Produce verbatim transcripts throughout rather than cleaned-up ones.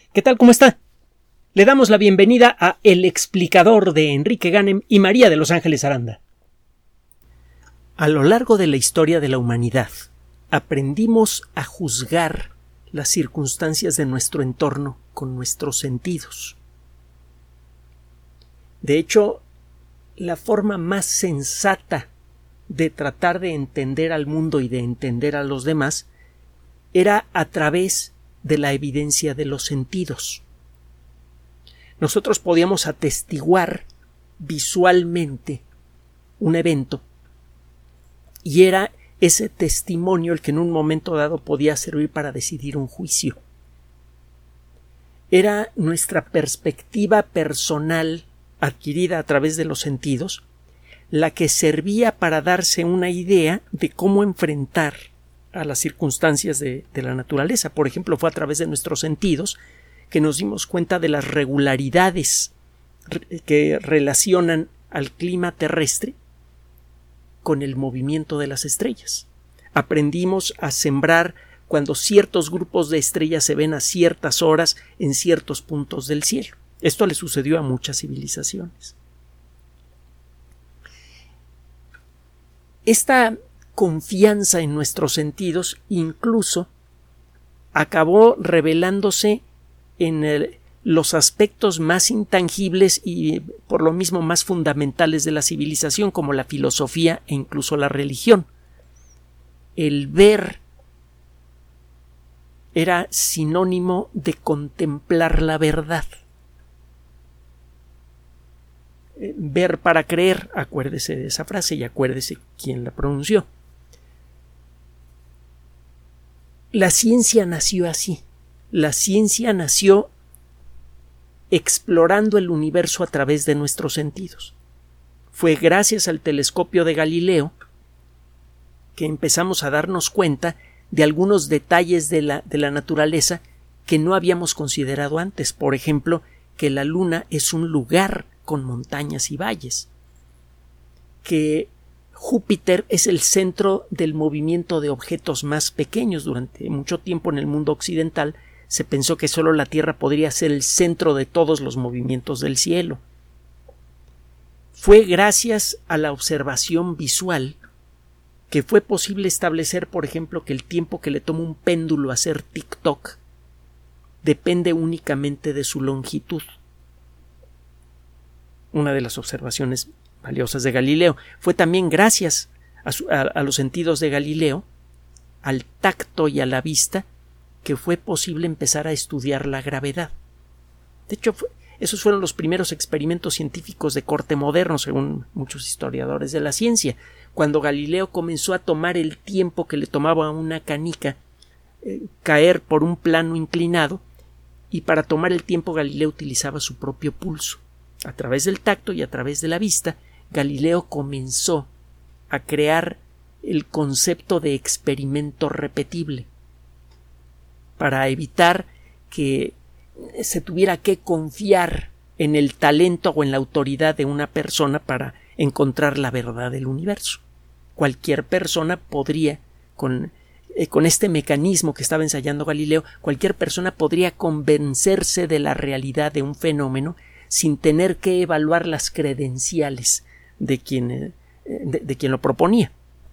¿Qué tal? ¿Cómo está? Le damos la bienvenida a El Explicador de Enrique Ganem y María de Los Ángeles Aranda. A lo largo de la historia de la humanidad, aprendimos a juzgar las circunstancias de nuestro entorno con nuestros sentidos. De hecho, la forma más sensata de tratar de entender al mundo y de entender a los demás era a través de la evidencia de los sentidos. Nosotros podíamos atestiguar visualmente un evento y era ese testimonio el que en un momento dado podía servir para decidir un juicio. Era nuestra perspectiva personal adquirida a través de los sentidos la que servía para darse una idea de cómo enfrentar a las circunstancias de, de la naturaleza. Por ejemplo, fue a través de nuestros sentidos que nos dimos cuenta de las regularidades que relacionan al clima terrestre con el movimiento de las estrellas. Aprendimos a sembrar cuando ciertos grupos de estrellas se ven a ciertas horas en ciertos puntos del cielo. Esto le sucedió a muchas civilizaciones. Esta confianza en nuestros sentidos incluso acabó revelándose en el, los aspectos más intangibles y por lo mismo más fundamentales de la civilización, como la filosofía e incluso la religión. El ver era sinónimo de contemplar la verdad. Ver para creer, acuérdese de esa frase y acuérdese quién la pronunció. La ciencia nació así. La ciencia nació explorando el universo a través de nuestros sentidos. Fue gracias al telescopio de Galileo que empezamos a darnos cuenta de algunos detalles de la, de la naturaleza que no habíamos considerado antes. Por ejemplo, que la Luna es un lugar con montañas y valles, que Júpiter es el centro del movimiento de objetos más pequeños. Durante mucho tiempo en el mundo occidental se pensó que solo la Tierra podría ser el centro de todos los movimientos del cielo. Fue gracias a la observación visual que fue posible establecer, por ejemplo, que el tiempo que le toma un péndulo hacer tic-toc depende únicamente de su longitud. Una de las observaciones valiosas de Galileo. Fue también gracias a, su, a, a los sentidos de Galileo, al tacto y a la vista, que fue posible empezar a estudiar la gravedad. De hecho, fue, esos fueron los primeros experimentos científicos de corte moderno, según muchos historiadores de la ciencia. Cuando Galileo comenzó a tomar el tiempo que le tomaba a una canica eh, caer por un plano inclinado, y para tomar el tiempo Galileo utilizaba su propio pulso. A través del tacto y a través de la vista, Galileo comenzó a crear el concepto de experimento repetible para evitar que se tuviera que confiar en el talento o en la autoridad de una persona para encontrar la verdad del universo. Cualquier persona podría, con, eh, con este mecanismo que estaba ensayando Galileo, cualquier persona podría convencerse de la realidad de un fenómeno sin tener que evaluar las credenciales de quien, de, de quien lo proponía.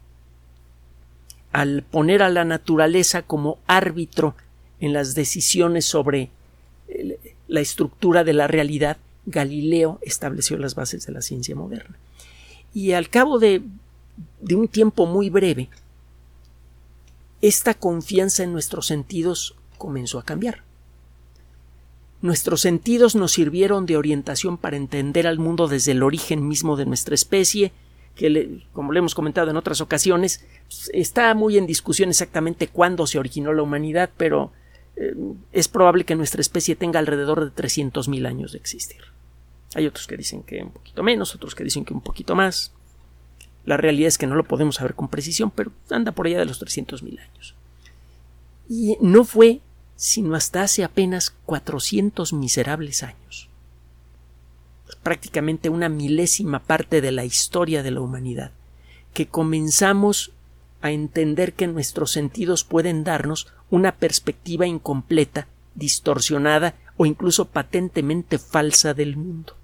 Al poner a la naturaleza como árbitro en las decisiones sobre la estructura de la realidad, Galileo estableció las bases de la ciencia moderna. Y al cabo de, de un tiempo muy breve, esta confianza en nuestros sentidos comenzó a cambiar. Nuestros sentidos nos sirvieron de orientación para entender al mundo desde el origen mismo de nuestra especie, que, le, como le hemos comentado en otras ocasiones, está muy en discusión exactamente cuándo se originó la humanidad, pero eh, es probable que nuestra especie tenga alrededor de trescientos mil años de existir. Hay otros que dicen que un poquito menos, otros que dicen que un poquito más. La realidad es que no lo podemos saber con precisión, pero anda por allá de los trescientos mil años. Y no fue sino hasta hace apenas cuatrocientos miserables años, prácticamente una milésima parte de la historia de la humanidad, que comenzamos a entender que nuestros sentidos pueden darnos una perspectiva incompleta, distorsionada o incluso patentemente falsa del mundo.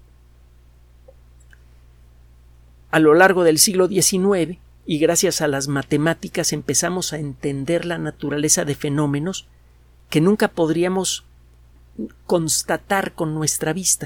A lo largo del siglo diecinueve, y gracias a las matemáticas, empezamos a entender la naturaleza de fenómenos que nunca podríamos constatar con nuestra vista.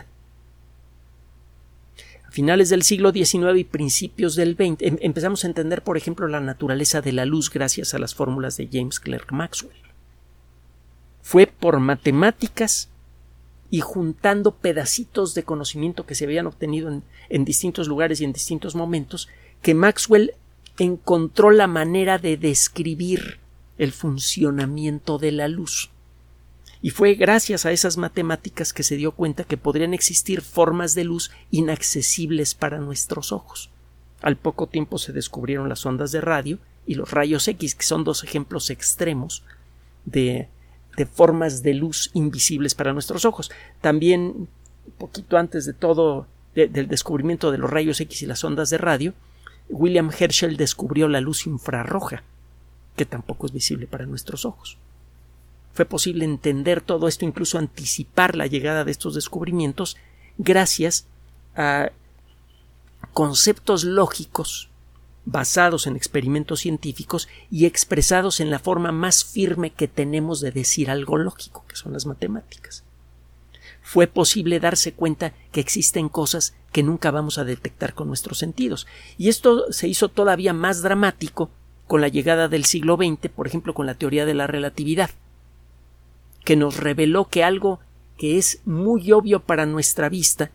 A finales del siglo diecinueve y principios del veinte em- empezamos a entender, por ejemplo, la naturaleza de la luz gracias a las fórmulas de James Clerk Maxwell. Fue por matemáticas y juntando pedacitos de conocimiento que se habían obtenido en, en distintos lugares y en distintos momentos que Maxwell encontró la manera de describir el funcionamiento de la luz. Y fue gracias a esas matemáticas que se dio cuenta que podrían existir formas de luz inaccesibles para nuestros ojos. Al poco tiempo se descubrieron las ondas de radio y los rayos X, que son dos ejemplos extremos de, de formas de luz invisibles para nuestros ojos. También, un poquito antes de todo, de, del descubrimiento de los rayos X y las ondas de radio, William Herschel descubrió la luz infrarroja, que tampoco es visible para nuestros ojos. Fue posible entender todo esto, incluso anticipar la llegada de estos descubrimientos, gracias a conceptos lógicos basados en experimentos científicos y expresados en la forma más firme que tenemos de decir algo lógico, que son las matemáticas. Fue posible darse cuenta que existen cosas que nunca vamos a detectar con nuestros sentidos. Y esto se hizo todavía más dramático con la llegada del siglo veinte, por ejemplo, con la teoría de la relatividad, que nos reveló que algo que es muy obvio para nuestra vista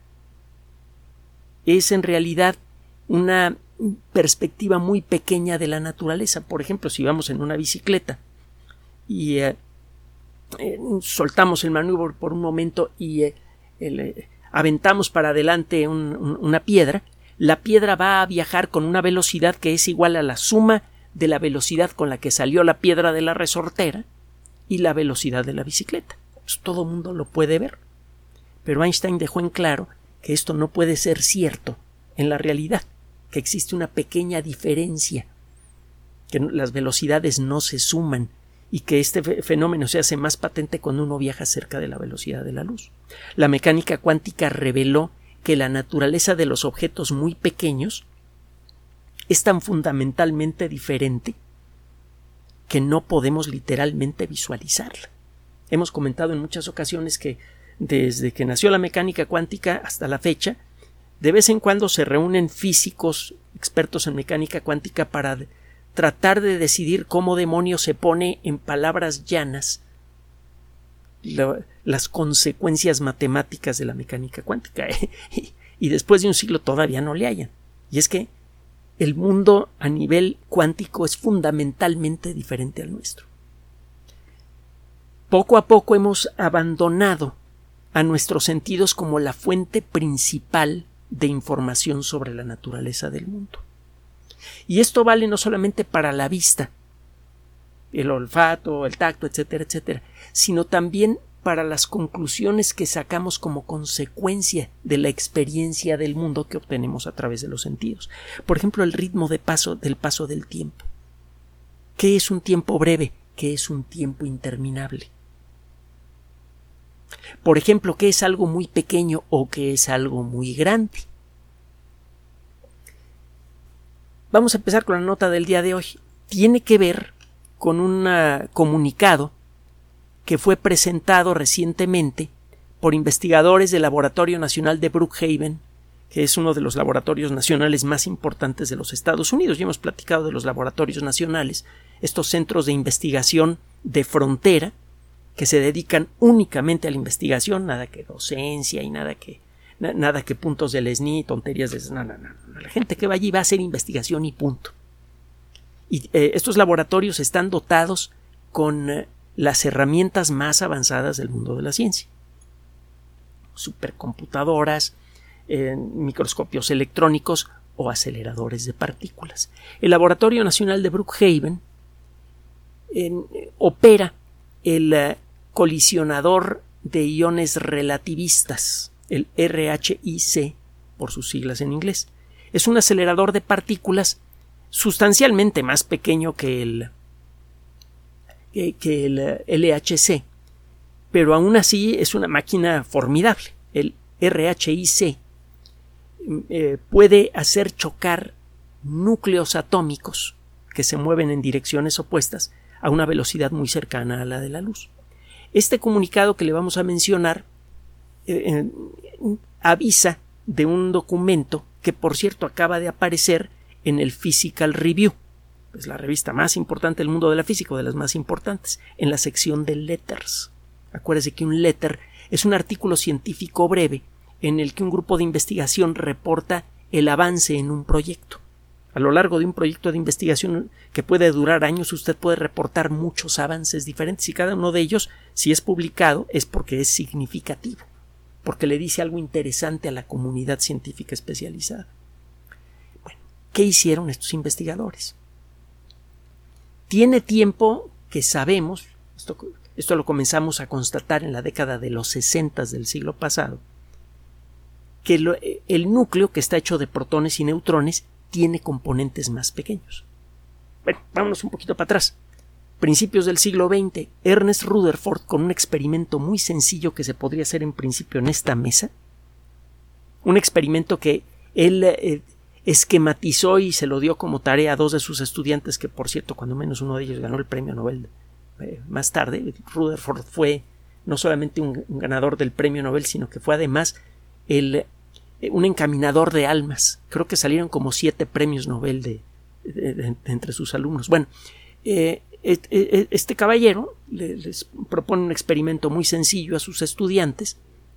es en realidad una perspectiva muy pequeña de la naturaleza. Por ejemplo, si vamos en una bicicleta y eh, eh, soltamos el manubrio por un momento y eh, el, eh, aventamos para adelante un, un, una piedra, la piedra va a viajar con una velocidad que es igual a la suma de la velocidad con la que salió la piedra de la resortera y la velocidad de la bicicleta. Pues todo el mundo lo puede ver. Pero Einstein dejó en claro que esto no puede ser cierto en la realidad, que existe una pequeña diferencia, que las velocidades no se suman y que este fenómeno se hace más patente cuando uno viaja cerca de la velocidad de la luz. La mecánica cuántica reveló que la naturaleza de los objetos muy pequeños es tan fundamentalmente diferente que no podemos literalmente visualizarla. Hemos comentado en muchas ocasiones que desde que nació la mecánica cuántica hasta la fecha, de vez en cuando se reúnen físicos expertos en mecánica cuántica para tratar de decidir cómo demonios se pone en palabras llanas lo, las consecuencias matemáticas de la mecánica cuántica. y, y después de un siglo todavía no le hallan. Y es que el mundo a nivel cuántico es fundamentalmente diferente al nuestro. Poco a poco hemos abandonado a nuestros sentidos como la fuente principal de información sobre la naturaleza del mundo. Y esto vale no solamente para la vista, el olfato, el tacto, etcétera, etcétera, sino también para las conclusiones que sacamos como consecuencia de la experiencia del mundo que obtenemos a través de los sentidos. Por ejemplo, el ritmo de paso del paso del tiempo. ¿Qué es un tiempo breve? ¿Qué es un tiempo interminable? Por ejemplo, ¿qué es algo muy pequeño o qué es algo muy grande? Vamos a empezar con la nota del día de hoy. Tiene que ver con un comunicado que fue presentado recientemente por investigadores del Laboratorio Nacional de Brookhaven, que es uno de los laboratorios nacionales más importantes de los Estados Unidos. Ya hemos platicado de los laboratorios nacionales, estos centros de investigación de frontera que se dedican únicamente a la investigación, nada que docencia y nada que na, nada que puntos del S N I, tonterías de no, no, no. La gente que va allí va a hacer investigación y punto. Y eh, estos laboratorios están dotados con eh, las herramientas más avanzadas del mundo de la ciencia. Supercomputadoras, eh, microscopios electrónicos o aceleradores de partículas. El Laboratorio Nacional de Brookhaven eh, opera el uh, colisionador de iones relativistas, el R H I C, por sus siglas en inglés. Es un acelerador de partículas sustancialmente más pequeño que el, que, que el uh, L H C, pero aún así es una máquina formidable. El R H I C eh, puede hacer chocar núcleos atómicos que se mueven en direcciones opuestas a una velocidad muy cercana a la de la luz. Este comunicado que le vamos a mencionar eh, eh, avisa de un documento que, por cierto, acaba de aparecer en el Physical Review, es la revista más importante del mundo de la física, o de las más importantes, en la sección de letters. Acuérdese que un letter es un artículo científico breve en el que un grupo de investigación reporta el avance en un proyecto. A lo largo de un proyecto de investigación que puede durar años, usted puede reportar muchos avances diferentes, y cada uno de ellos, si es publicado, es porque es significativo, porque le dice algo interesante a la comunidad científica especializada. Bueno, ¿qué hicieron estos investigadores? Tiene tiempo que sabemos, esto, esto lo comenzamos a constatar en la década de los sesentas del siglo pasado, que lo, el núcleo, que está hecho de protones y neutrones, tiene componentes más pequeños. Bueno, vámonos un poquito para atrás. Principios del siglo veinte, Ernest Rutherford, con un experimento muy sencillo que se podría hacer en principio en esta mesa, un experimento que él eh, esquematizó y se lo dio como tarea a dos de sus estudiantes, que por cierto, cuando menos uno de ellos ganó el premio Nobel eh, más tarde. Rutherford fue no solamente un, un ganador del premio Nobel, sino que fue además el un encaminador de almas. Creo que salieron como siete premios Nobel de, de, de, de entre sus alumnos. Bueno, eh, este caballero les propone un experimento muy sencillo a sus estudiantes.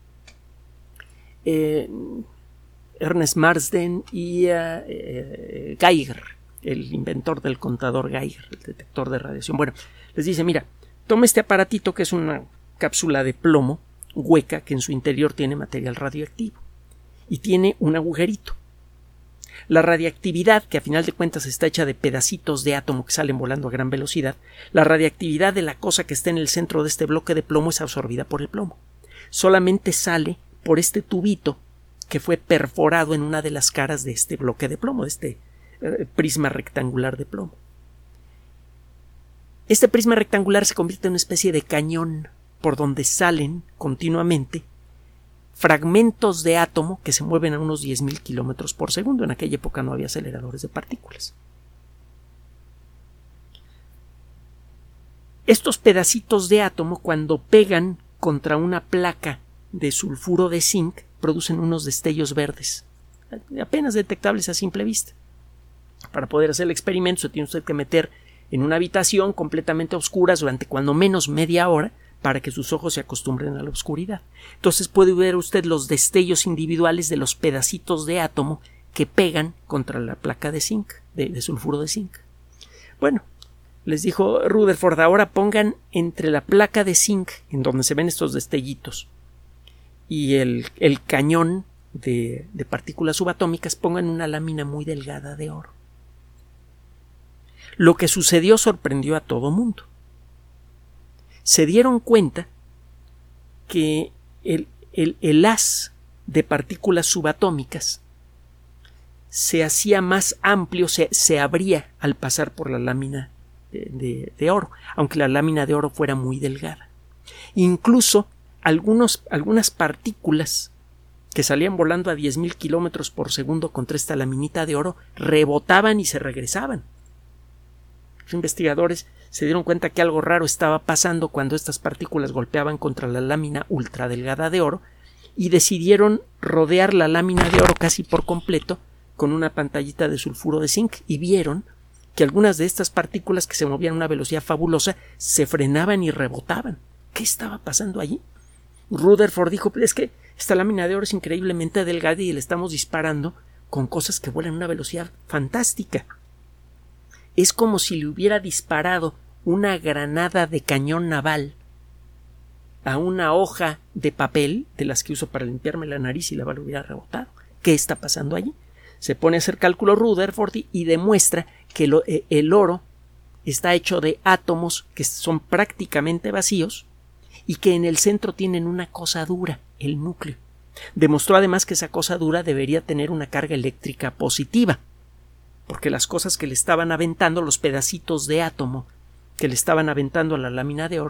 Eh, Ernest Marsden y uh, Geiger, el inventor del contador Geiger, el detector de radiación. Bueno, les dice, mira, toma este aparatito, que es una cápsula de plomo hueca que en su interior tiene material radioactivo y tiene un agujerito. La radiactividad, que a final de cuentas está hecha de pedacitos de átomo que salen volando a gran velocidad, la radiactividad de la cosa que está en el centro de este bloque de plomo es absorbida por el plomo. Solamente sale por este tubito que fue perforado en una de las caras de este bloque de plomo, de este eh, prisma rectangular de plomo. Este prisma rectangular se convierte en una especie de cañón por donde salen continuamente fragmentos de átomo que se mueven a unos diez mil kilómetros por segundo. En aquella época no había aceleradores de partículas. Estos pedacitos de átomo, cuando pegan contra una placa de sulfuro de zinc, producen unos destellos verdes, apenas detectables a simple vista. Para poder hacer el experimento se tiene usted que meter en una habitación completamente oscura durante cuando menos media hora, para que sus ojos se acostumbren a la oscuridad. Entonces puede ver usted los destellos individuales de los pedacitos de átomo que pegan contra la placa de zinc, de, de sulfuro de zinc. Bueno, les dijo Rutherford, ahora pongan entre la placa de zinc, en donde se ven estos destellitos, y el, el cañón de, de partículas subatómicas, pongan una lámina muy delgada de oro. Lo que sucedió sorprendió a todo mundo. Se dieron cuenta que el, el, el haz de partículas subatómicas se hacía más amplio, se, se abría al pasar por la lámina de, de, de oro, aunque la lámina de oro fuera muy delgada. Incluso algunos, algunas partículas que salían volando a diez mil kilómetros por segundo contra esta laminita de oro rebotaban y se regresaban. Los investigadores se dieron cuenta que algo raro estaba pasando cuando estas partículas golpeaban contra la lámina ultradelgada de oro y decidieron rodear la lámina de oro casi por completo con una pantallita de sulfuro de zinc, y vieron que algunas de estas partículas, que se movían a una velocidad fabulosa, se frenaban y rebotaban. ¿Qué estaba pasando allí? Rutherford dijo, es que esta lámina de oro es increíblemente delgada y le estamos disparando con cosas que vuelan a una velocidad fantástica. Es como si le hubiera disparado una granada de cañón naval a una hoja de papel de las que uso para limpiarme la nariz y la bala hubiera rebotado. ¿Qué está pasando allí? Se pone a hacer cálculo Rutherford y, y demuestra que lo, eh, el oro está hecho de átomos que son prácticamente vacíos y que en el centro tienen una cosa dura, el núcleo. Demostró además que esa cosa dura debería tener una carga eléctrica positiva, porque las cosas que le estaban aventando, los pedacitos de átomo que le estaban aventando a la lámina de oro,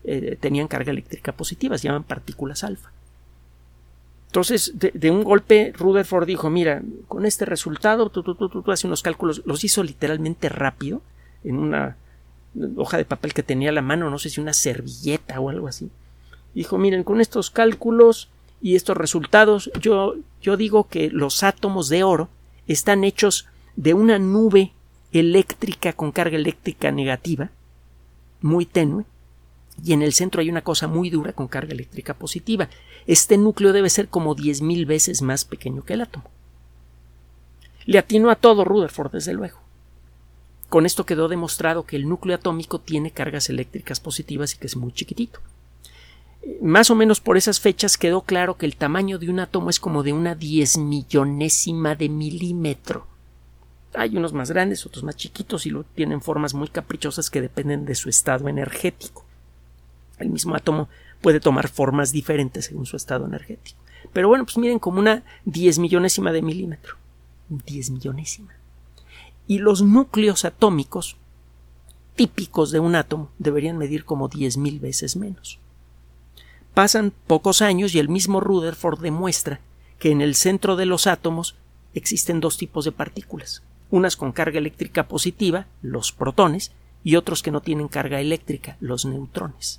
eh, tenían carga eléctrica positiva, se llaman partículas alfa. Entonces, de, de un golpe, Rutherford dijo, mira, con este resultado, tú, tú, tú, tú, tú haces unos cálculos, los hizo literalmente rápido, en una hoja de papel que tenía a la mano, no sé si una servilleta o algo así. Dijo, miren, con estos cálculos y estos resultados, yo, yo digo que los átomos de oro están hechos de una nube eléctrica con carga eléctrica negativa, muy tenue, y en el centro hay una cosa muy dura con carga eléctrica positiva. Este núcleo debe ser como diez mil veces más pequeño que el átomo. Le atinó a todo Rutherford, desde luego. Con esto quedó demostrado que el núcleo atómico tiene cargas eléctricas positivas y que es muy chiquitito. Más o menos por esas fechas quedó claro que el tamaño de un átomo es como de una diez millonésima de milímetro. Hay unos más grandes, otros más chiquitos y lo, tienen formas muy caprichosas que dependen de su estado energético. El mismo átomo puede tomar formas diferentes según su estado energético. Pero bueno, pues miren, como una diez millonésima de milímetro. diez millonésima. Y los núcleos atómicos típicos de un átomo deberían medir como diez mil veces menos. Pasan pocos años y el mismo Rutherford demuestra que en el centro de los átomos existen dos tipos de partículas, unas con carga eléctrica positiva, los protones, y otros que no tienen carga eléctrica, los neutrones.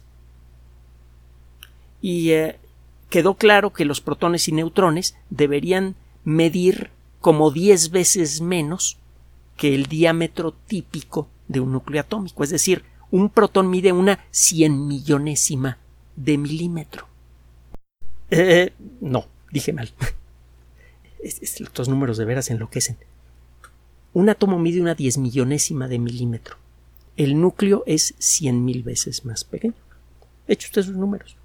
Y eh, quedó claro que los protones y neutrones deberían medir como diez veces menos que el diámetro típico de un núcleo atómico, es decir, un protón mide una cien millonésima de milímetro. Eh, no, dije mal. Estos números de veras enloquecen. Un átomo mide una diez millonésima de milímetro. El núcleo es cien mil veces más pequeño. Eche usted sus números.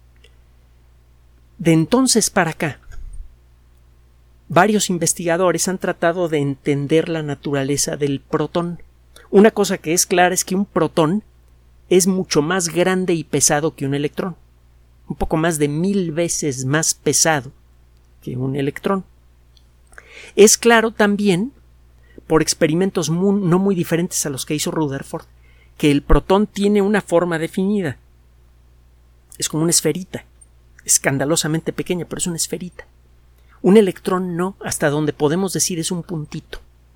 De entonces para acá, varios investigadores han tratado de entender la naturaleza del protón. Una cosa que es clara es que un protón es mucho más grande y pesado que un electrón, un poco más de mil veces más pesado que un electrón. Es claro también, por experimentos muy, no muy diferentes a los que hizo Rutherford, que el protón tiene una forma definida. Es como una esferita, escandalosamente pequeña, pero es una esferita. Un electrón no, hasta donde podemos decir es un puntito.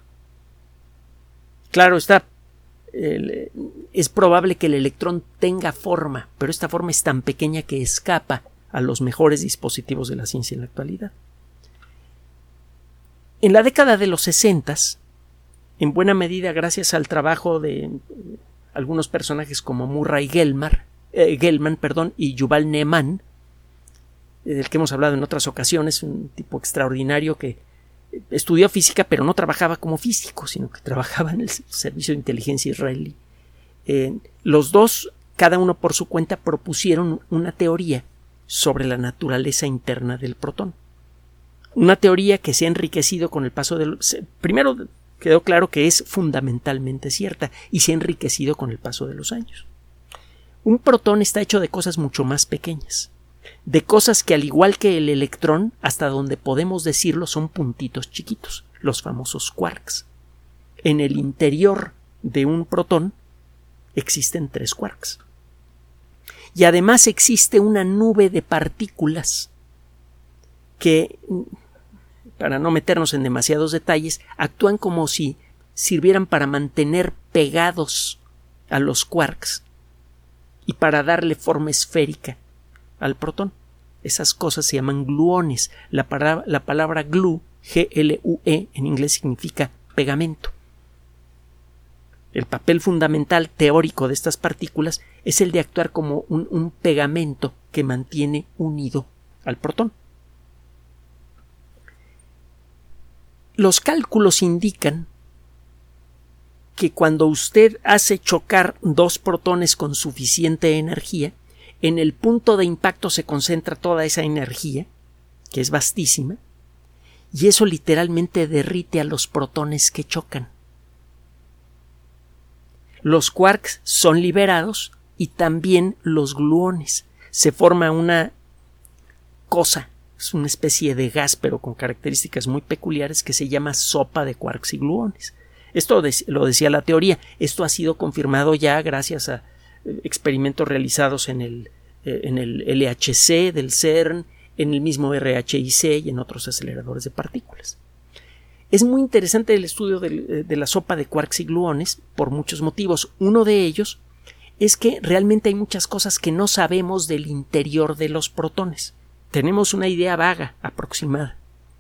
Claro está, el, es probable que el electrón tenga forma, pero esta forma es tan pequeña que escapa a los mejores dispositivos de la ciencia en la actualidad. En la década de los sesentas, en buena medida gracias al trabajo de algunos personajes como Murray Gell-Mann, eh, Gell-Mann, perdón, y Yuval Ne'eman, del que hemos hablado en otras ocasiones, un tipo extraordinario que estudió física pero no trabajaba como físico, sino que trabajaba en el servicio de inteligencia israelí. Eh, los dos, cada uno por su cuenta, propusieron una teoría sobre la naturaleza interna del protón. Una teoría que se ha enriquecido con el paso del... Primero quedó claro que es fundamentalmente cierta y se ha enriquecido con el paso de los años. Un protón está hecho de cosas mucho más pequeñas, de cosas que al igual que el electrón, hasta donde podemos decirlo, son puntitos chiquitos, los famosos quarks. En el interior de un protón existen tres quarks. Y además existe una nube de partículas que, para no meternos en demasiados detalles, actúan como si sirvieran para mantener pegados a los quarks y para darle forma esférica al protón. Esas cosas se llaman gluones. La, para, la palabra glue, G L U E, en inglés significa pegamento. El papel fundamental teórico de estas partículas es el de actuar como un, un pegamento que mantiene unido al protón. Los cálculos indican que cuando usted hace chocar dos protones con suficiente energía, en el punto de impacto se concentra toda esa energía, que es vastísima, y eso literalmente derrite a los protones que chocan. Los quarks son liberados y también los gluones. Se forma una cosa, es una especie de gas, pero con características muy peculiares, que se llama sopa de quarks y gluones. Esto lo decía la teoría. Esto ha sido confirmado ya gracias a experimentos realizados en el, eh, en el L H C del CERN, en el mismo R H I C y en otros aceleradores de partículas. Es muy interesante el estudio de, de la sopa de quarks y gluones por muchos motivos. Uno de ellos es que realmente hay muchas cosas que no sabemos del interior de los protones. Tenemos una idea vaga, aproximada.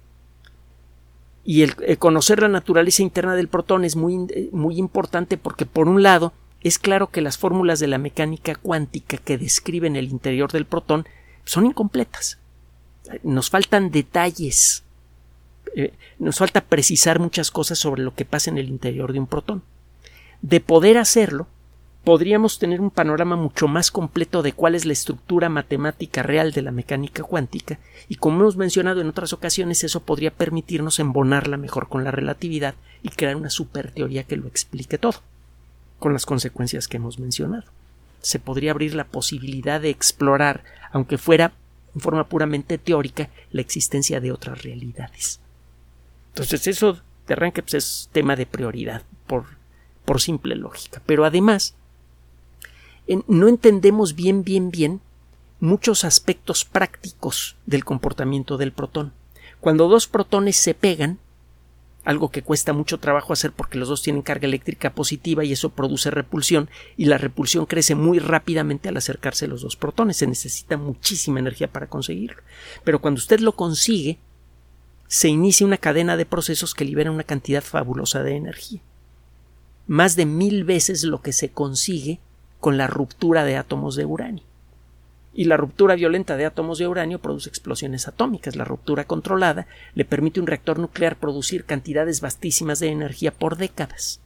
Y el, el conocer la naturaleza interna del protón es muy, muy importante porque, por un lado, es claro que las fórmulas de la mecánica cuántica que describen el interior del protón son incompletas. Nos faltan detalles. Eh, nos falta precisar muchas cosas sobre lo que pasa en el interior de un protón. De poder hacerlo, podríamos tener un panorama mucho más completo de cuál es la estructura matemática real de la mecánica cuántica, y como hemos mencionado en otras ocasiones, eso podría permitirnos embonarla mejor con la relatividad y crear una superteoría que lo explique todo, con las consecuencias que hemos mencionado. Se podría abrir la posibilidad de explorar, aunque fuera en forma puramente teórica, la existencia de otras realidades. Entonces eso de arranque pues, es tema de prioridad por, por simple lógica. Pero además en, no entendemos bien, bien, bien muchos aspectos prácticos del comportamiento del protón. Cuando dos protones se pegan, algo que cuesta mucho trabajo hacer porque los dos tienen carga eléctrica positiva y eso produce repulsión, y la repulsión crece muy rápidamente al acercarse los dos protones. Se necesita muchísima energía para conseguirlo. Pero cuando usted lo consigue, se inicia una cadena de procesos que liberan una cantidad fabulosa de energía. Más de mil veces lo que se consigue con la ruptura de átomos de uranio. Y la ruptura violenta de átomos de uranio produce explosiones atómicas. La ruptura controlada le permite a un reactor nuclear producir cantidades vastísimas de energía por décadas.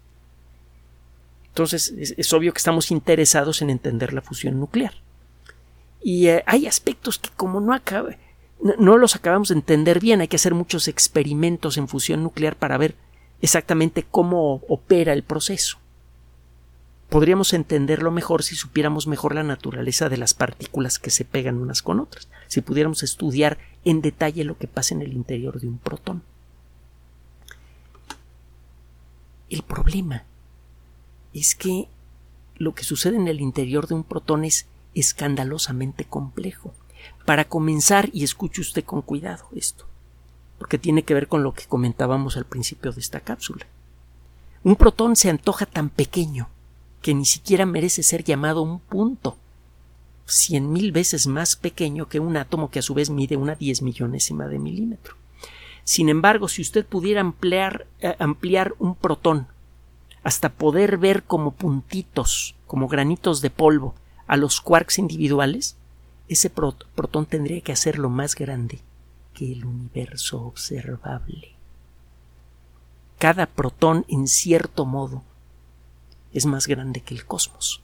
Entonces es, es obvio que estamos interesados en entender la fusión nuclear. Y eh, hay aspectos que como no acaba, no, no los acabamos de entender bien. Hay que hacer muchos experimentos en fusión nuclear para ver exactamente cómo opera el proceso. Podríamos entenderlo mejor si supiéramos mejor la naturaleza de las partículas que se pegan unas con otras, si pudiéramos estudiar en detalle lo que pasa en el interior de un protón. El problema es que lo que sucede en el interior de un protón es escandalosamente complejo. Para comenzar, y escuche usted con cuidado esto, porque tiene que ver con lo que comentábamos al principio de esta cápsula. Un protón se antoja tan pequeño que ni siquiera merece ser llamado un punto, cien mil veces más pequeño que un átomo que a su vez mide una diez millonésima de milímetro. Sin embargo, si usted pudiera ampliar, eh, ampliar un protón hasta poder ver como puntitos, como granitos de polvo, a los quarks individuales, ese prot- protón tendría que hacerlo más grande que el universo observable. Cada protón, en cierto modo, es más grande que el cosmos.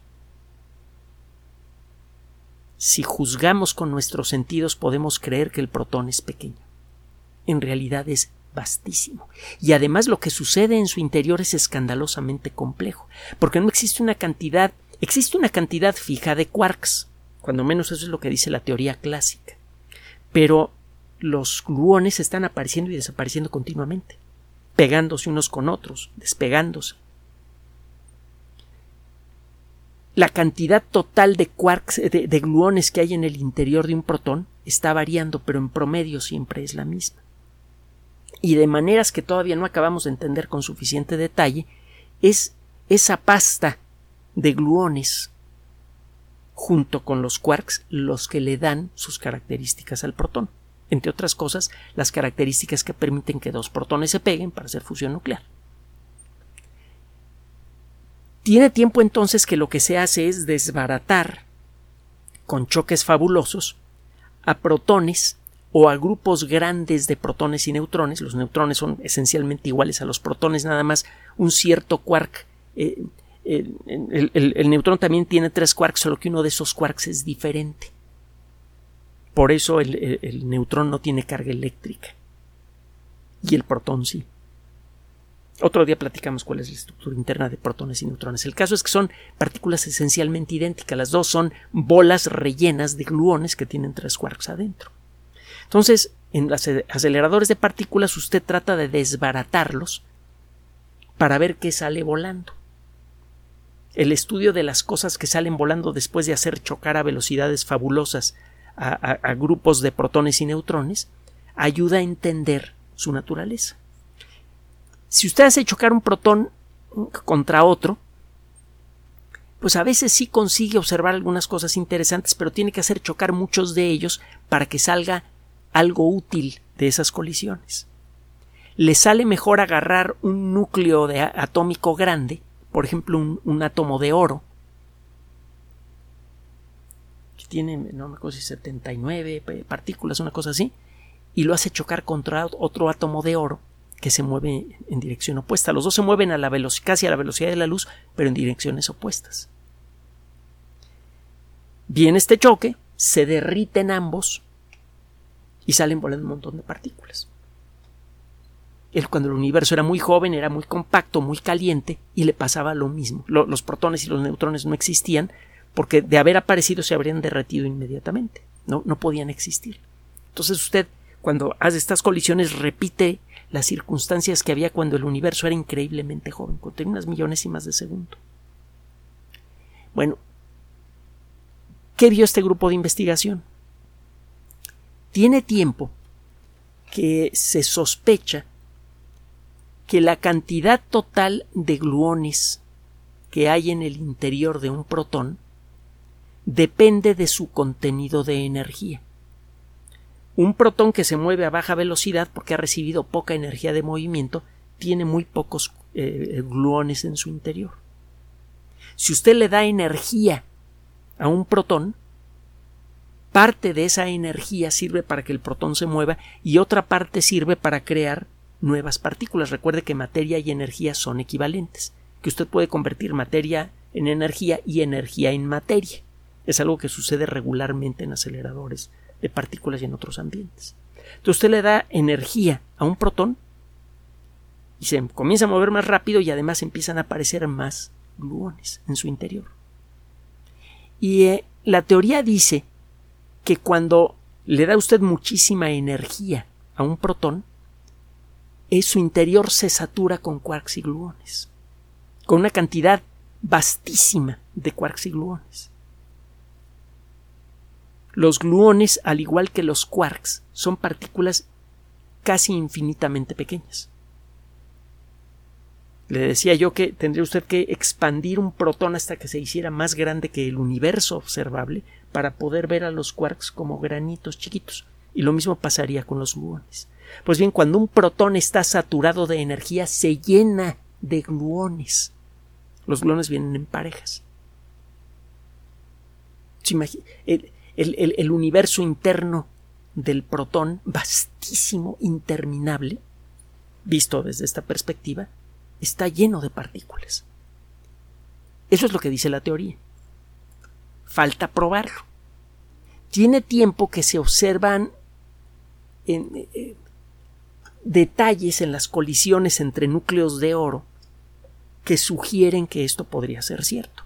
Si juzgamos con nuestros sentidos, podemos creer que el protón es pequeño. En realidad es vastísimo. Y además lo que sucede en su interior es escandalosamente complejo, porque no existe una cantidad, existe una cantidad fija de quarks, cuando menos eso es lo que dice la teoría clásica. Pero los gluones están apareciendo y desapareciendo continuamente, pegándose unos con otros, despegándose. La cantidad total de quarks, de, de gluones que hay en el interior de un protón está variando, pero en promedio siempre es la misma. Y de maneras que todavía no acabamos de entender con suficiente detalle, es esa pasta de gluones junto con los quarks los que le dan sus características al protón. Entre otras cosas, las características que permiten que dos protones se peguen para hacer fusión nuclear. Tiene tiempo entonces que lo que se hace es desbaratar con choques fabulosos a protones o a grupos grandes de protones y neutrones. Los neutrones son esencialmente iguales a los protones, nada más un cierto quark. Eh, el, el, el, el neutrón también tiene tres quarks, solo que uno de esos quarks es diferente. Por eso el, el, el neutrón no tiene carga eléctrica y el protón sí. Otro día platicamos cuál es la estructura interna de protones y neutrones. El caso es que son partículas esencialmente idénticas. Las dos son bolas rellenas de gluones que tienen tres quarks adentro. Entonces, en los aceleradores de partículas usted trata de desbaratarlos para ver qué sale volando. el estudio de las cosas que salen volando después de hacer chocar a velocidades fabulosas a, a, a grupos de protones y neutrones, ayuda a entender su naturaleza. Si usted hace chocar un protón contra otro, pues a veces sí consigue observar algunas cosas interesantes, pero tiene que hacer chocar muchos de ellos para que salga algo útil de esas colisiones. Le sale mejor agarrar un núcleo de atómico grande, por ejemplo un, un átomo de oro, que tiene, no me acuerdo si setenta y nueve partículas, una cosa así, y lo hace chocar contra otro átomo de oro que se mueve en dirección opuesta. Los dos se mueven a la velocidad, casi a la velocidad de la luz, pero en direcciones opuestas. Viene este choque, se derriten ambos y salen volando un montón de partículas. Él, cuando el universo era muy joven, era muy compacto, muy caliente, y le pasaba lo mismo. Los protones y los neutrones no existían porque de haber aparecido se habrían derretido inmediatamente. No, no podían existir. Entonces usted, cuando hace estas colisiones, repite las circunstancias que había cuando el universo era increíblemente joven, cuando tenía unas millonésimas de segundo. Bueno, ¿qué vio este grupo de investigación? Tiene tiempo que se sospecha que la cantidad total de gluones que hay en el interior de un protón depende de su contenido de energía. Un protón que se mueve a baja velocidad porque ha recibido poca energía de movimiento tiene muy pocos eh, gluones en su interior. Si usted le da energía a un protón, parte de esa energía sirve para que el protón se mueva y otra parte sirve para crear nuevas partículas. Recuerde que materia y energía son equivalentes, que usted puede convertir materia en energía y energía en materia. Es algo que sucede regularmente en aceleradores de partículas y en otros ambientes. Entonces usted le da energía a un protón y se comienza a mover más rápido y además empiezan a aparecer más gluones en su interior. Y eh, la teoría dice que cuando le da usted muchísima energía a un protón, eh, su interior se satura con quarks y gluones, con una cantidad vastísima de quarks y gluones. Los gluones, al igual que los quarks, son partículas casi infinitamente pequeñas. Le decía yo que tendría usted que expandir un protón hasta que se hiciera más grande que el universo observable para poder ver a los quarks como granitos chiquitos. Y lo mismo pasaría con los gluones. Pues bien, cuando un protón está saturado de energía, se llena de gluones. Los gluones vienen en parejas. El, el, el, el universo interno del protón, vastísimo, interminable, visto desde esta perspectiva, está lleno de partículas. Eso es lo que dice la teoría. Falta probarlo. Tiene tiempo que se observan en, eh, detalles en las colisiones entre núcleos de oro que sugieren que esto podría ser cierto.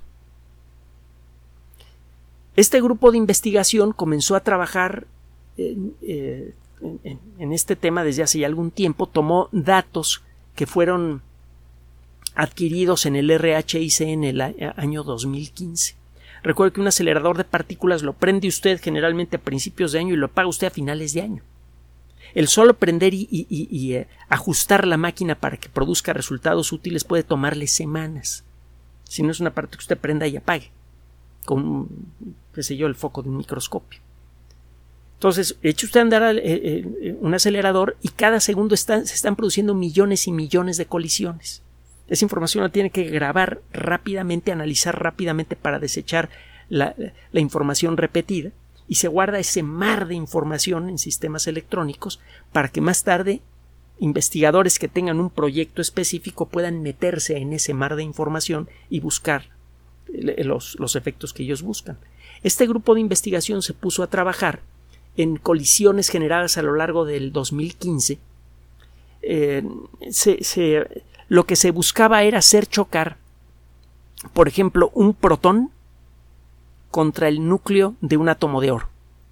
Este grupo de investigación comenzó a trabajar en, eh, en, en este tema desde hace ya algún tiempo. Tomó datos que fueron adquiridos en el R H I C en el año dos mil quince. Recuerde que un acelerador de partículas lo prende usted generalmente a principios de año y lo apaga usted a finales de año. El solo prender y, y, y, y eh, ajustar la máquina para que produzca resultados útiles puede tomarle semanas. Si no es una parte que usted prenda y apague con, qué sé yo, el foco de un microscopio. Entonces, eche usted a andar eh, eh, un acelerador y cada segundo está, se están produciendo millones y millones de colisiones. Esa información la tiene que grabar rápidamente, analizar rápidamente para desechar la, la información repetida, y se guarda ese mar de información en sistemas electrónicos para que más tarde investigadores que tengan un proyecto específico puedan meterse en ese mar de información y buscar los, los efectos que ellos buscan. Este grupo de investigación se puso a trabajar en colisiones generadas a lo largo del dos mil quince. Eh, se, se Lo que se buscaba era hacer chocar, por ejemplo, un protón contra el núcleo de un átomo de oro.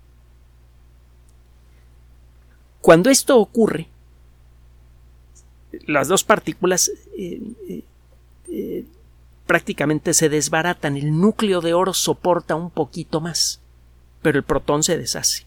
Cuando esto ocurre, las dos partículas eh, eh, prácticamente se desbaratan. El núcleo de oro soporta un poquito más, pero el protón se deshace.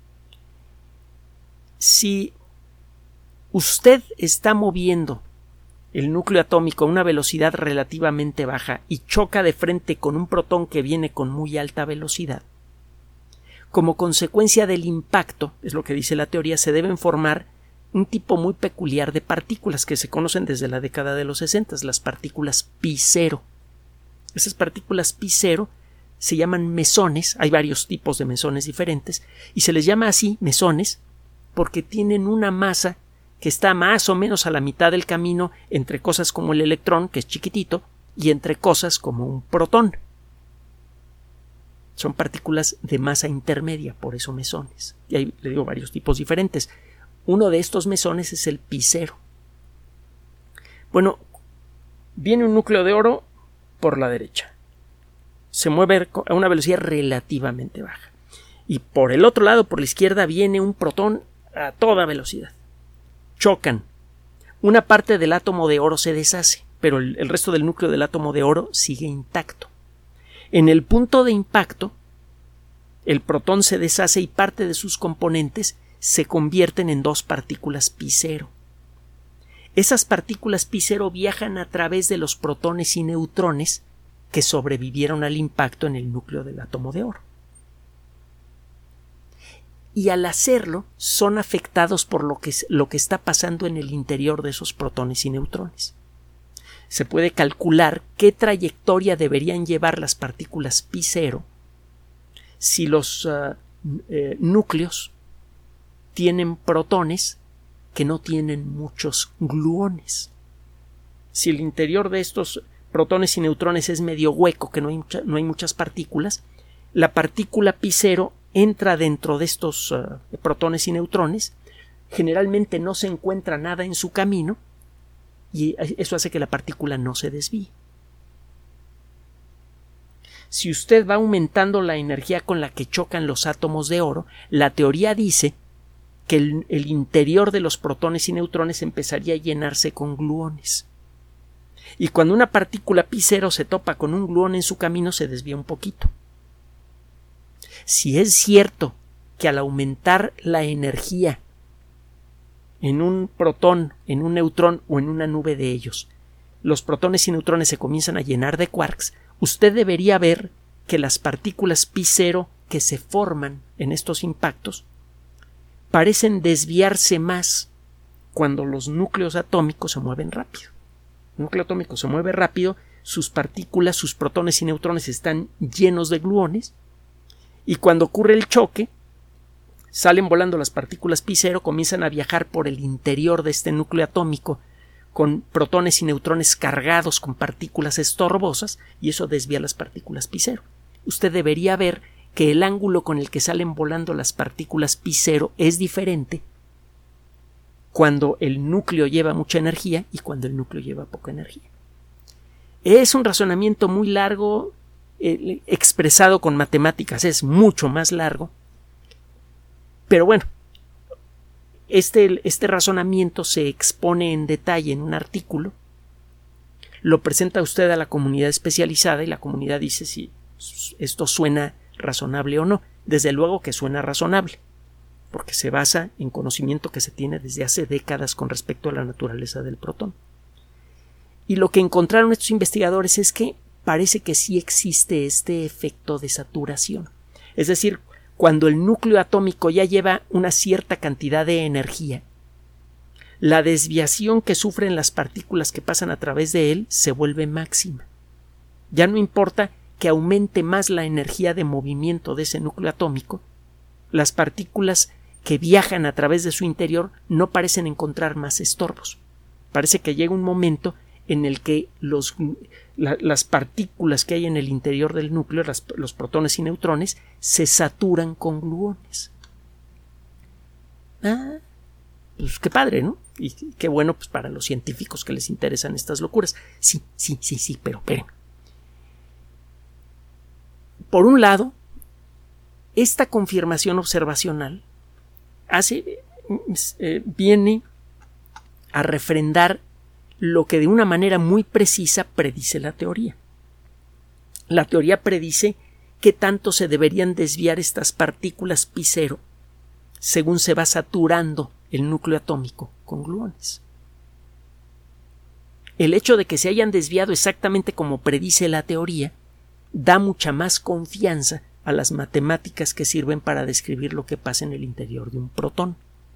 Si usted está moviendo el núcleo atómico a una velocidad relativamente baja y choca de frente con un protón que viene con muy alta velocidad, como consecuencia del impacto, es lo que dice la teoría, se deben formar un tipo muy peculiar de partículas que se conocen desde la década de los sesenta, las partículas pi cero. Esas partículas pi cero se llaman mesones, hay varios tipos de mesones diferentes, y se les llama así mesones porque tienen una masa que está más o menos a la mitad del camino entre cosas como el electrón, que es chiquitito, y entre cosas como un protón. Son partículas de masa intermedia, por eso mesones. Y ahí le digo varios tipos diferentes. Uno de estos mesones es el pi cero. Bueno, viene un núcleo de oro por la derecha. Se mueve a una velocidad relativamente baja. Y por el otro lado, por la izquierda, viene un protón a toda velocidad. Chocan. Una parte del átomo de oro se deshace, pero el, el resto del núcleo del átomo de oro sigue intacto. En el punto de impacto, el protón se deshace y parte de sus componentes se convierten en dos partículas pi cero. Esas partículas pi cero viajan a través de los protones y neutrones que sobrevivieron al impacto en el núcleo del átomo de oro. Y al hacerlo son afectados por lo que, lo que está pasando en el interior de esos protones y neutrones. Se puede calcular qué trayectoria deberían llevar las partículas pi cero si los uh, eh, núcleos tienen protones que no tienen muchos gluones. Si el interior de estos protones y neutrones es medio hueco, que no hay, mucha, no hay muchas partículas, la partícula pi cero entra dentro de estos uh, protones y neutrones, generalmente no se encuentra nada en su camino y eso hace que la partícula no se desvíe. Si usted va aumentando la energía con la que chocan los átomos de oro, la teoría dice que el, el interior de los protones y neutrones empezaría a llenarse con gluones. Y cuando una partícula pi cero se topa con un gluón en su camino, se desvía un poquito. Si es cierto que al aumentar la energía en un protón, en un neutrón o en una nube de ellos, los protones y neutrones se comienzan a llenar de quarks, usted debería ver que las partículas pi cero que se forman en estos impactos parecen desviarse más cuando los núcleos atómicos se mueven rápido. El núcleo atómico se mueve rápido, sus partículas, sus protones y neutrones están llenos de gluones, y cuando ocurre el choque, salen volando las partículas pi cero, comienzan a viajar por el interior de este núcleo atómico con protones y neutrones cargados con partículas estorbosas, y eso desvía las partículas pi cero. Usted debería ver que el ángulo con el que salen volando las partículas pi cero es diferente cuando el núcleo lleva mucha energía y cuando el núcleo lleva poca energía. Es un razonamiento muy largo, eh, expresado con matemáticas, es mucho más largo, pero bueno, este, este razonamiento se expone en detalle en un artículo, lo presenta usted a la comunidad especializada y la comunidad dice si esto suena razonable o no. Desde luego que suena razonable, porque se basa en conocimiento que se tiene desde hace décadas con respecto a la naturaleza del protón. Y lo que encontraron estos investigadores es que parece que sí existe este efecto de saturación. Es decir, cuando el núcleo atómico ya lleva una cierta cantidad de energía, la desviación que sufren las partículas que pasan a través de él se vuelve máxima. Ya no importa que aumente más la energía de movimiento de ese núcleo atómico, las partículas que viajan a través de su interior no parecen encontrar más estorbos. Parece que llega un momento en el que los, la, las partículas que hay en el interior del núcleo, las, los protones y neutrones, se saturan con gluones. Ah, pues qué padre, ¿no? Y qué bueno pues para los científicos que les interesan estas locuras. Sí, sí, sí, sí, pero esperen. Por un lado, esta confirmación observacional hace, eh, viene a refrendar lo que de una manera muy precisa predice la teoría. la teoría predice qué tanto se deberían desviar estas partículas pi cero según se va saturando el núcleo atómico con gluones. El hecho de que se hayan desviado exactamente como predice la teoría da mucha más confianza a las matemáticas que sirven para describir lo que pasa en el interior de un protón.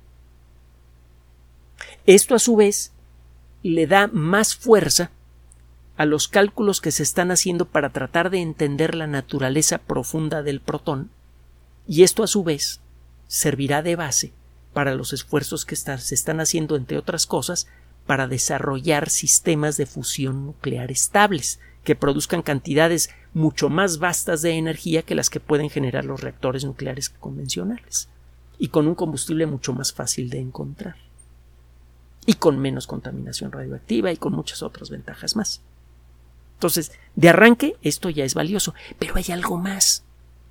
Esto, a su vez, le da más fuerza a los cálculos que se están haciendo para tratar de entender la naturaleza profunda del protón, y esto, a su vez, servirá de base para los esfuerzos que está, se están haciendo, entre otras cosas, para desarrollar sistemas de fusión nuclear estables que produzcan cantidades mucho más vastas de energía que las que pueden generar los reactores nucleares convencionales, y con un combustible mucho más fácil de encontrar, y con menos contaminación radioactiva y con muchas otras ventajas más. Entonces, de arranque, esto ya es valioso, pero hay algo más.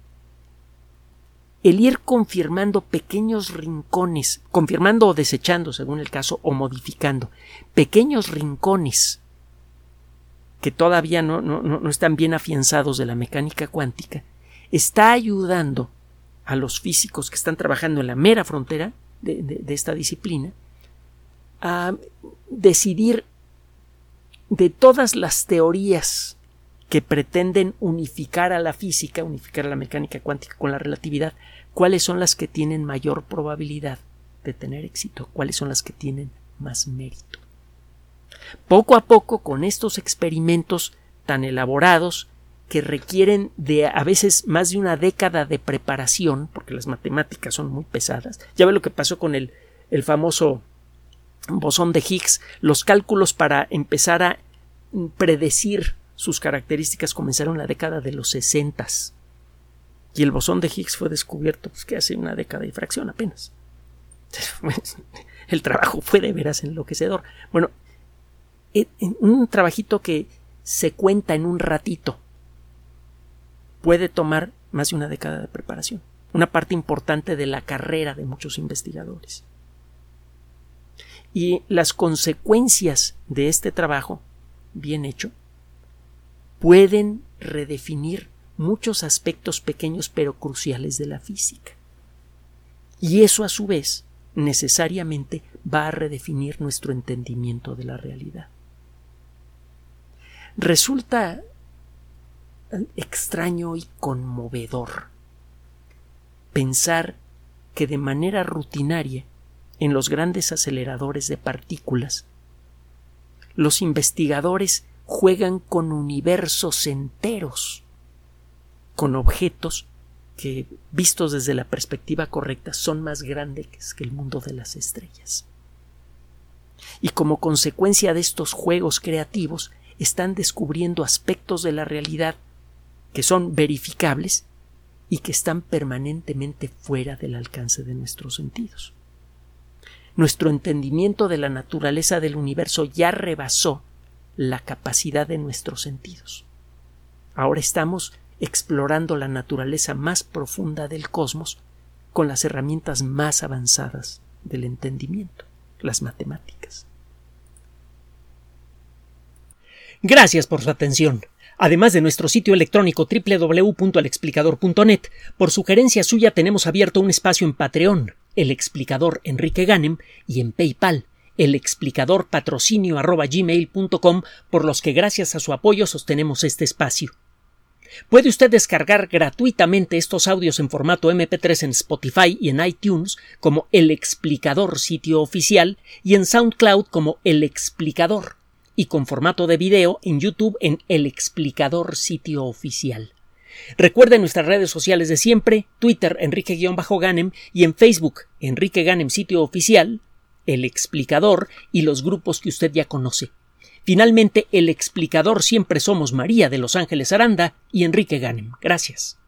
El ir confirmando pequeños rincones, confirmando o desechando, según el caso, o modificando, pequeños rincones que todavía no, no, no están bien afianzados de la mecánica cuántica, está ayudando a los físicos que están trabajando en la mera frontera de, de, de esta disciplina a decidir de todas las teorías que pretenden unificar a la física, unificar a la mecánica cuántica con la relatividad, cuáles son las que tienen mayor probabilidad de tener éxito, cuáles son las que tienen más mérito. Poco a poco, con estos experimentos tan elaborados que requieren de a veces más de una década de preparación, porque las matemáticas son muy pesadas, ya ve lo que pasó con el, el famoso bosón de Higgs, los cálculos para empezar a predecir sus características comenzaron en la década de los sesentas, y el bosón de Higgs fue descubierto pues, que hace una década y fracción apenas. El trabajo fue de veras enloquecedor. Bueno, en un trabajito que se cuenta en un ratito puede tomar más de una década de preparación, una parte importante de la carrera de muchos investigadores. Y las consecuencias de este trabajo bien hecho pueden redefinir muchos aspectos pequeños pero cruciales de la física. Y eso, a su vez, necesariamente va a redefinir nuestro entendimiento de la realidad. Resulta extraño y conmovedor pensar que de manera rutinaria en los grandes aceleradores de partículas los investigadores juegan con universos enteros, con objetos que, vistos desde la perspectiva correcta, son más grandes que el mundo de las estrellas. Y como consecuencia de estos juegos creativos, están descubriendo aspectos de la realidad que son verificables y que están permanentemente fuera del alcance de nuestros sentidos. Nuestro entendimiento de la naturaleza del universo ya rebasó la capacidad de nuestros sentidos. Ahora estamos explorando la naturaleza más profunda del cosmos con las herramientas más avanzadas del entendimiento, las matemáticas. Gracias por su atención. Además de nuestro sitio electrónico doble u doble u doble u punto el explicador punto net, por sugerencia suya tenemos abierto un espacio en Patreon, El Explicador Enrique Ganem, y en PayPal, el explicador patrocinio arroba gmail punto com, por los que gracias a su apoyo sostenemos este espacio. Puede usted descargar gratuitamente estos audios en formato eme pe tres en Spotify y en iTunes como El Explicador sitio oficial y en SoundCloud como El Explicador, y con formato de video en YouTube en El Explicador sitio oficial. Recuerden nuestras redes sociales de siempre, Twitter Enrique-Ganem y en Facebook Enrique Ganem sitio oficial, El Explicador y los grupos que usted ya conoce. Finalmente, El Explicador siempre somos María de Los Ángeles Aranda y Enrique Ganem. Gracias.